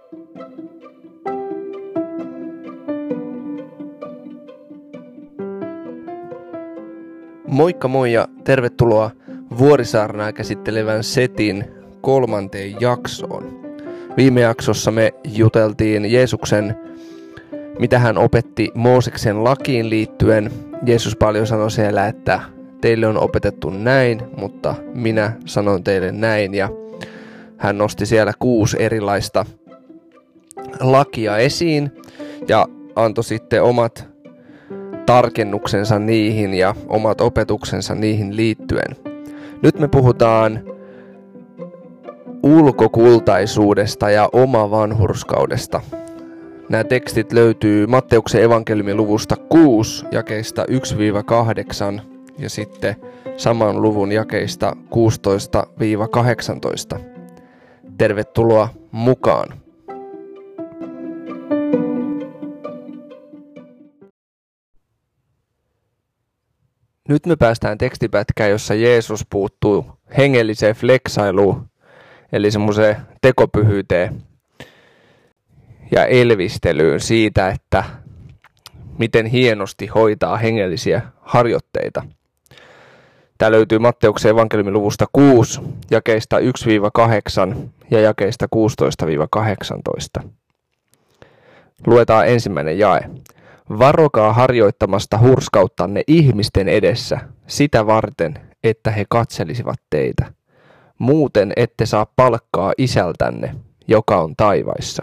Moikka moi ja tervetuloa Vuorisaarnaa käsittelevän setin 3. jaksoon. Viime jaksossa me juteltiin Jeesuksen, mitä hän opetti Mooseksen lakiin liittyen. Jeesus paljon sanoi siellä, että teille on opetettu näin, mutta minä sanon teille näin. Ja hän nosti siellä 6 erilaista lakia esiin ja antoi sitten omat tarkennuksensa niihin ja omat opetuksensa niihin liittyen. Nyt me puhutaan ulkokultaisuudesta ja omavanhurskaudesta. Nämä tekstit löytyy Matteuksen evankeliumin luvusta 6 jakeista 1-8 ja sitten saman luvun jakeista 16-18. Tervetuloa mukaan! Nyt me päästään tekstipätkään, jossa Jeesus puuttuu hengelliseen fleksailuun, eli semmoiseen tekopyhyyteen ja elvistelyyn siitä, että miten hienosti hoitaa hengellisiä harjoitteita. Tämä löytyy Matteuksen evankeliumin luvusta 6, jakeista 1-8 ja jakeista 16-18. Luetaan ensimmäinen jae. Varokaa harjoittamasta hurskauttanne ihmisten edessä sitä varten, että he katselisivat teitä. Muuten ette saa palkkaa isältänne, joka on taivaissa.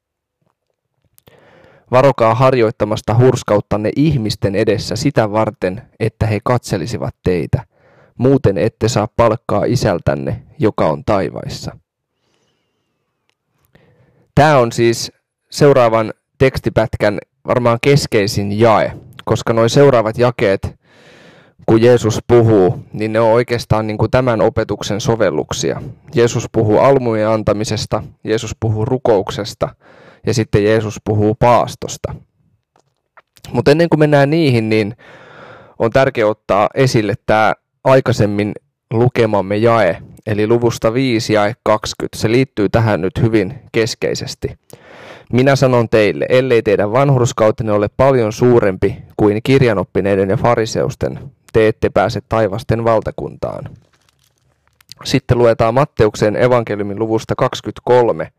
Varokaa harjoittamasta hurskauttanne ihmisten edessä sitä varten, että he katselisivat teitä. Muuten ette saa palkkaa isältänne, joka on taivaissa. Tämä on siis seuraavan tekstipätkän varmaan keskeisin jae, koska nuo seuraavat jakeet, kun Jeesus puhuu, niin ne on oikeastaan niin kuin tämän opetuksen sovelluksia. Jeesus puhuu almujen antamisesta, Jeesus puhuu rukouksesta ja sitten Jeesus puhuu paastosta. Mutta ennen kuin mennään niihin, niin on tärkeää ottaa esille tämä aikaisemmin lukemamme jae, eli luvusta 5 jae 20. Se liittyy tähän nyt hyvin keskeisesti. Minä sanon teille, ellei teidän vanhurskautenne ole paljon suurempi kuin kirjanoppineiden ja fariseusten, te ette pääse taivasten valtakuntaan. Sitten luetaan Matteuksen evankeliumin luvusta 23,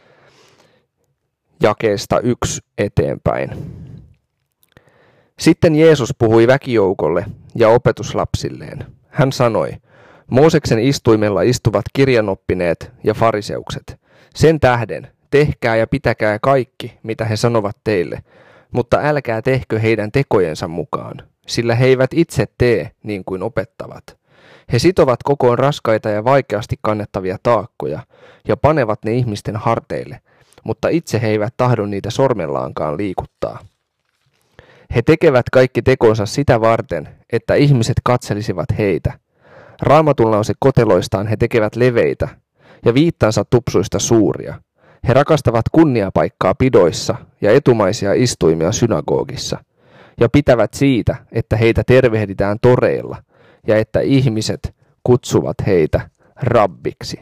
jakeesta 1 eteenpäin. Sitten Jeesus puhui väkijoukolle ja opetuslapsilleen. Hän sanoi, Mooseksen istuimella istuvat kirjanoppineet ja fariseukset. Sen tähden tehkää ja pitäkää kaikki, mitä he sanovat teille, mutta älkää tehkö heidän tekojensa mukaan, sillä he eivät itse tee niin kuin opettavat. He sitovat kokoon raskaita ja vaikeasti kannettavia taakkoja ja panevat ne ihmisten harteille, mutta itse he eivät tahdo niitä sormellaankaan liikuttaa. He tekevät kaikki tekonsa sitä varten, että ihmiset katselisivat heitä. Raamatulla on se koteloistaan he tekevät leveitä ja viittansa tupsuista suuria. He rakastavat kunniapaikkaa pidoissa ja etumaisia istuimia synagogissa ja pitävät siitä, että heitä tervehditään toreilla ja että ihmiset kutsuvat heitä rabbiksi.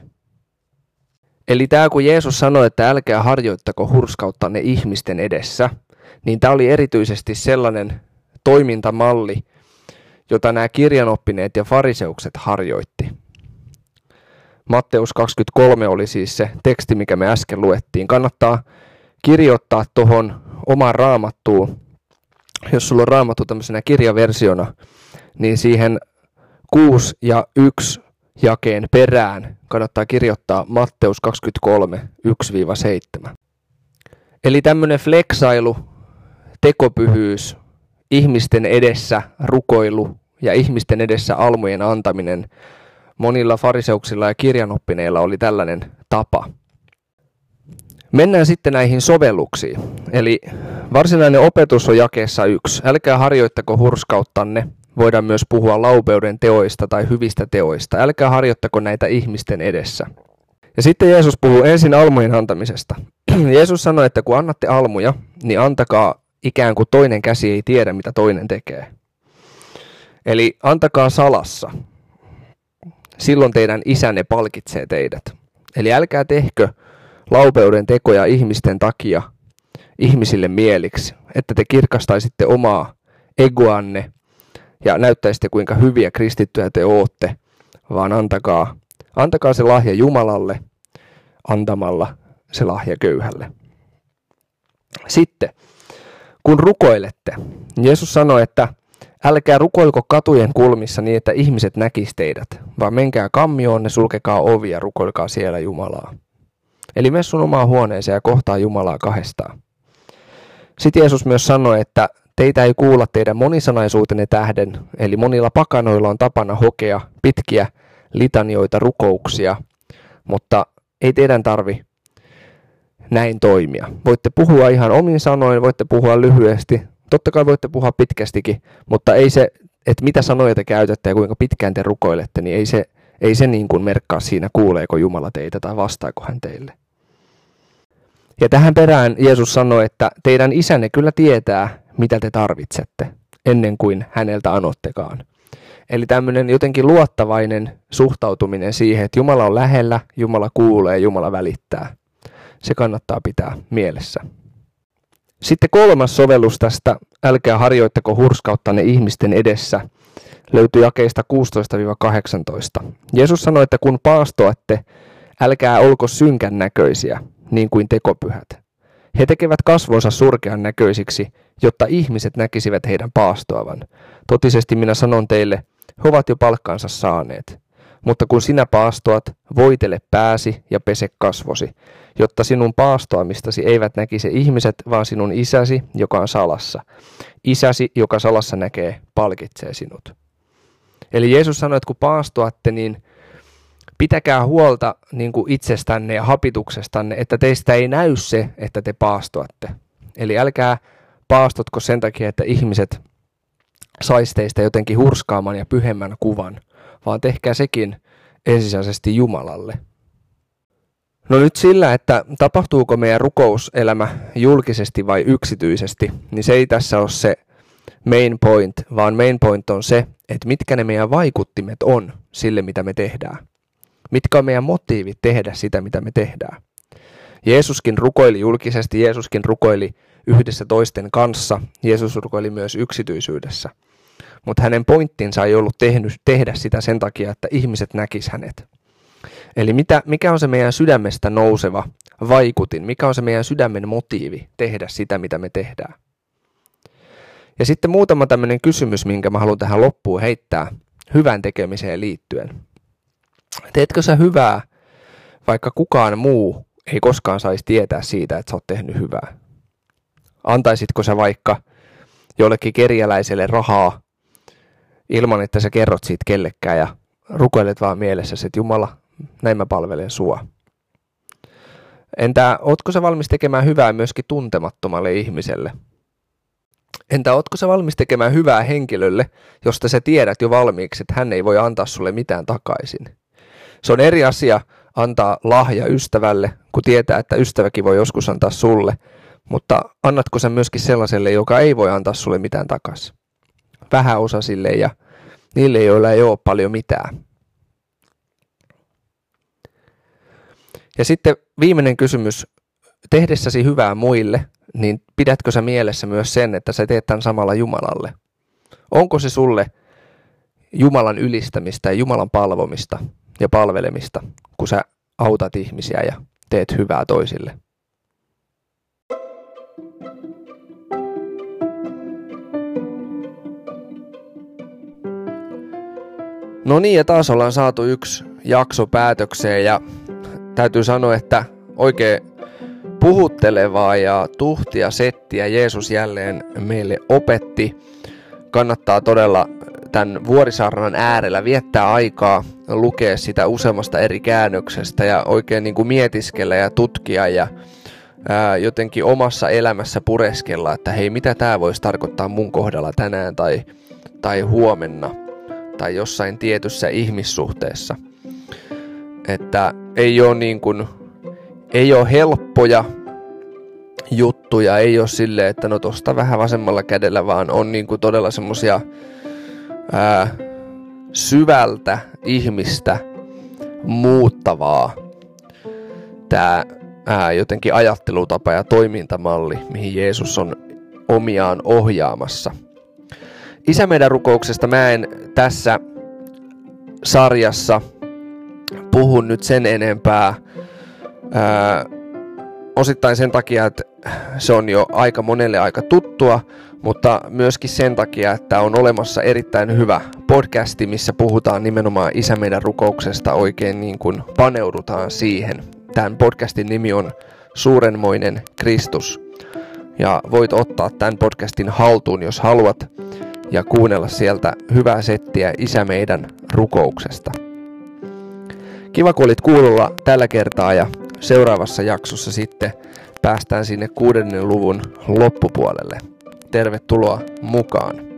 Eli tämä kun Jeesus sanoi, että älkää harjoittako hurskauttanne ihmisten edessä, niin tämä oli erityisesti sellainen toimintamalli, jota nämä kirjanoppineet ja fariseukset harjoitti. Matteus 23 oli siis se teksti, mikä me äsken luettiin. Kannattaa kirjoittaa tuohon omaan raamattuun. Jos sulla on raamattu tämmöisenä kirjaversiona, niin siihen 6 ja 1 jakeen perään kannattaa kirjoittaa Matteus 23, 1-7. Eli tämmöinen fleksailu, tekopyhyys, ihmisten edessä rukoilu ja ihmisten edessä almujen antaminen monilla fariseuksilla ja kirjanoppineilla oli tällainen tapa. Mennään sitten näihin sovelluksiin. Eli varsinainen opetus on jakeessa 1. Älkää harjoittako hurskauttanne. Voidaan myös puhua laupeuden teoista tai hyvistä teoista. Älkää harjoittako näitä ihmisten edessä. Ja sitten Jeesus puhuu ensin almujen antamisesta. Jeesus sanoi, että kun annatte almuja, niin antakaa ikään kuin toinen käsi ei tiedä, mitä toinen tekee. Eli antakaa salassa. Silloin teidän isänne palkitsee teidät. Eli älkää tehkö laupeuden tekoja ihmisten takia ihmisille mieliksi, että te kirkastaisitte omaa egoanne ja näyttäisitte kuinka hyviä kristittyjä te ootte, vaan antakaa se lahja Jumalalle antamalla se lahja köyhälle. Sitten, kun rukoilette, Jeesus sanoi, että älkää rukoilko katujen kulmissa niin, että ihmiset näkisivät teidät, vaan menkää kammioon, sulkekaa ovi ja rukoilkaa siellä Jumalaa. Eli mene sun omaan huoneeseen ja kohtaa Jumalaa kahdestaan. Sitten Jeesus myös sanoi, että teitä ei kuulla teidän monisanaisuutenne tähden, eli monilla pakanoilla on tapana hokea pitkiä litanioita, rukouksia, mutta ei teidän tarvi näin toimia. Voitte puhua ihan omin sanoin, voitte puhua lyhyesti, totta kai voitte puhua pitkästikin, mutta ei se, että mitä sanoja te käytätte ja kuinka pitkään te rukoilette, niin ei se niin kuin merkkaa siinä, kuuleeko Jumala teitä tai vastaako hän teille. Ja tähän perään Jeesus sanoi, että teidän isänne kyllä tietää, mitä te tarvitsette, ennen kuin häneltä anottekaan. Eli tämmöinen jotenkin luottavainen suhtautuminen siihen, että Jumala on lähellä, Jumala kuulee, Jumala välittää. Se kannattaa pitää mielessä. Sitten 3. sovellus tästä, älkää harjoittako hurskauttanne ihmisten edessä, löytyy jakeista 16-18. Jeesus sanoi, että kun paastoatte, älkää olko synkän näköisiä, niin kuin tekopyhät. He tekevät kasvonsa surkean näköisiksi, jotta ihmiset näkisivät heidän paastoavan. Totisesti minä sanon teille, he ovat jo palkkansa saaneet. Mutta kun sinä paastoat, voitele pääsi ja pese kasvosi, jotta sinun paastoamistasi eivät näkisi ihmiset, vaan sinun isäsi, joka on salassa. Isäsi, joka salassa näkee, palkitsee sinut. Eli Jeesus sanoi, että kun paastoatte, niin pitäkää huolta niin kuin itsestänne ja hapituksestanne, että teistä ei näy se, että te paastoatte. Eli älkää paastotko sen takia, että ihmiset sais teistä jotenkin hurskaamman ja pyhemmän kuvan, vaan tehkää sekin ensisijaisesti Jumalalle. No nyt sillä, että tapahtuuko meidän rukouselämä julkisesti vai yksityisesti, niin se ei tässä ole se main point, vaan main point on se, että mitkä ne meidän vaikuttimet on sille, mitä me tehdään. Mitkä on meidän motiivit tehdä sitä, mitä me tehdään. Jeesuskin rukoili julkisesti, Jeesuskin rukoili yhdessä toisten kanssa, Jeesus rukoili myös yksityisyydessä. Mutta hänen pointtinsa ei ollut tehdä sitä sen takia, että ihmiset näkis hänet. Eli mikä on se meidän sydämestä nouseva vaikutin, mikä on se meidän sydämen motiivi tehdä sitä, mitä me tehdään. Ja sitten muutama tämmöinen kysymys, minkä mä haluan tähän loppuun heittää hyvän tekemiseen liittyen. Teetkö sä hyvää, vaikka kukaan muu ei koskaan saisi tietää siitä, että sä oot tehnyt hyvää? Antaisitko sä vaikka jollekin kerjäläiselle rahaa ilman, että sä kerrot siitä kellekään ja rukoilet vaan mielessäsi, että Jumala, näin mä palvelen sua. Entä ootko sä valmis tekemään hyvää myöskin tuntemattomalle ihmiselle? Entä ootko sä valmis tekemään hyvää henkilölle, josta sä tiedät jo valmiiksi, että hän ei voi antaa sulle mitään takaisin? Se on eri asia antaa lahja ystävälle, kun tietää, että ystäväkin voi joskus antaa sulle, mutta annatko sä myöskin sellaiselle, joka ei voi antaa sulle mitään takaisin? Vähäosaisille ja niille, joilla ei ole paljon mitään. Ja sitten viimeinen kysymys. Tehdessäsi hyvää muille, niin pidätkö sä mielessä myös sen, että sä teet tämän samalla Jumalalle? Onko se sulle Jumalan ylistämistä ja Jumalan palvomista ja palvelemista, kun sä autat ihmisiä ja teet hyvää toisille? No niin, ja taas ollaan saatu yksi jakso päätökseen ja täytyy sanoa, että oikein puhuttelevaa ja tuhtia settiä Jeesus jälleen meille opetti. Kannattaa todella tämän vuorisaarnan äärellä viettää aikaa, lukea sitä useammasta eri käännöksestä ja oikein niin kuin mietiskellä ja tutkia ja jotenkin omassa elämässä pureskella, että hei, mitä tämä voisi tarkoittaa mun kohdalla tänään tai huomenna tai jossain tietyssä ihmissuhteessa. Että ei ole helppoja juttuja, ei ole silleen, että no tosta vähän vasemmalla kädellä, vaan on niin kuin todella semmosia syvältä ihmistä muuttavaa tää jotenkin ajattelutapa ja toimintamalli, mihin Jeesus on omiaan ohjaamassa. Isä meidän -rukouksesta mä en tässä sarjassa puhu nyt sen enempää, osittain sen takia, että se on jo aika monelle aika tuttua, mutta myöskin sen takia, että on olemassa erittäin hyvä podcasti, missä puhutaan nimenomaan Isä meidän -rukouksesta, oikein niin kuin paneudutaan siihen. Tämän podcastin nimi on Suurenmoinen Kristus. Ja voit ottaa tämän podcastin haltuun, jos haluat, ja kuunnella sieltä hyvää settiä Isä meidän -rukouksesta. Kiva, kun olit kuulolla tällä kertaa, ja seuraavassa jaksossa sitten päästään sinne 6. luvun loppupuolelle. Tervetuloa mukaan!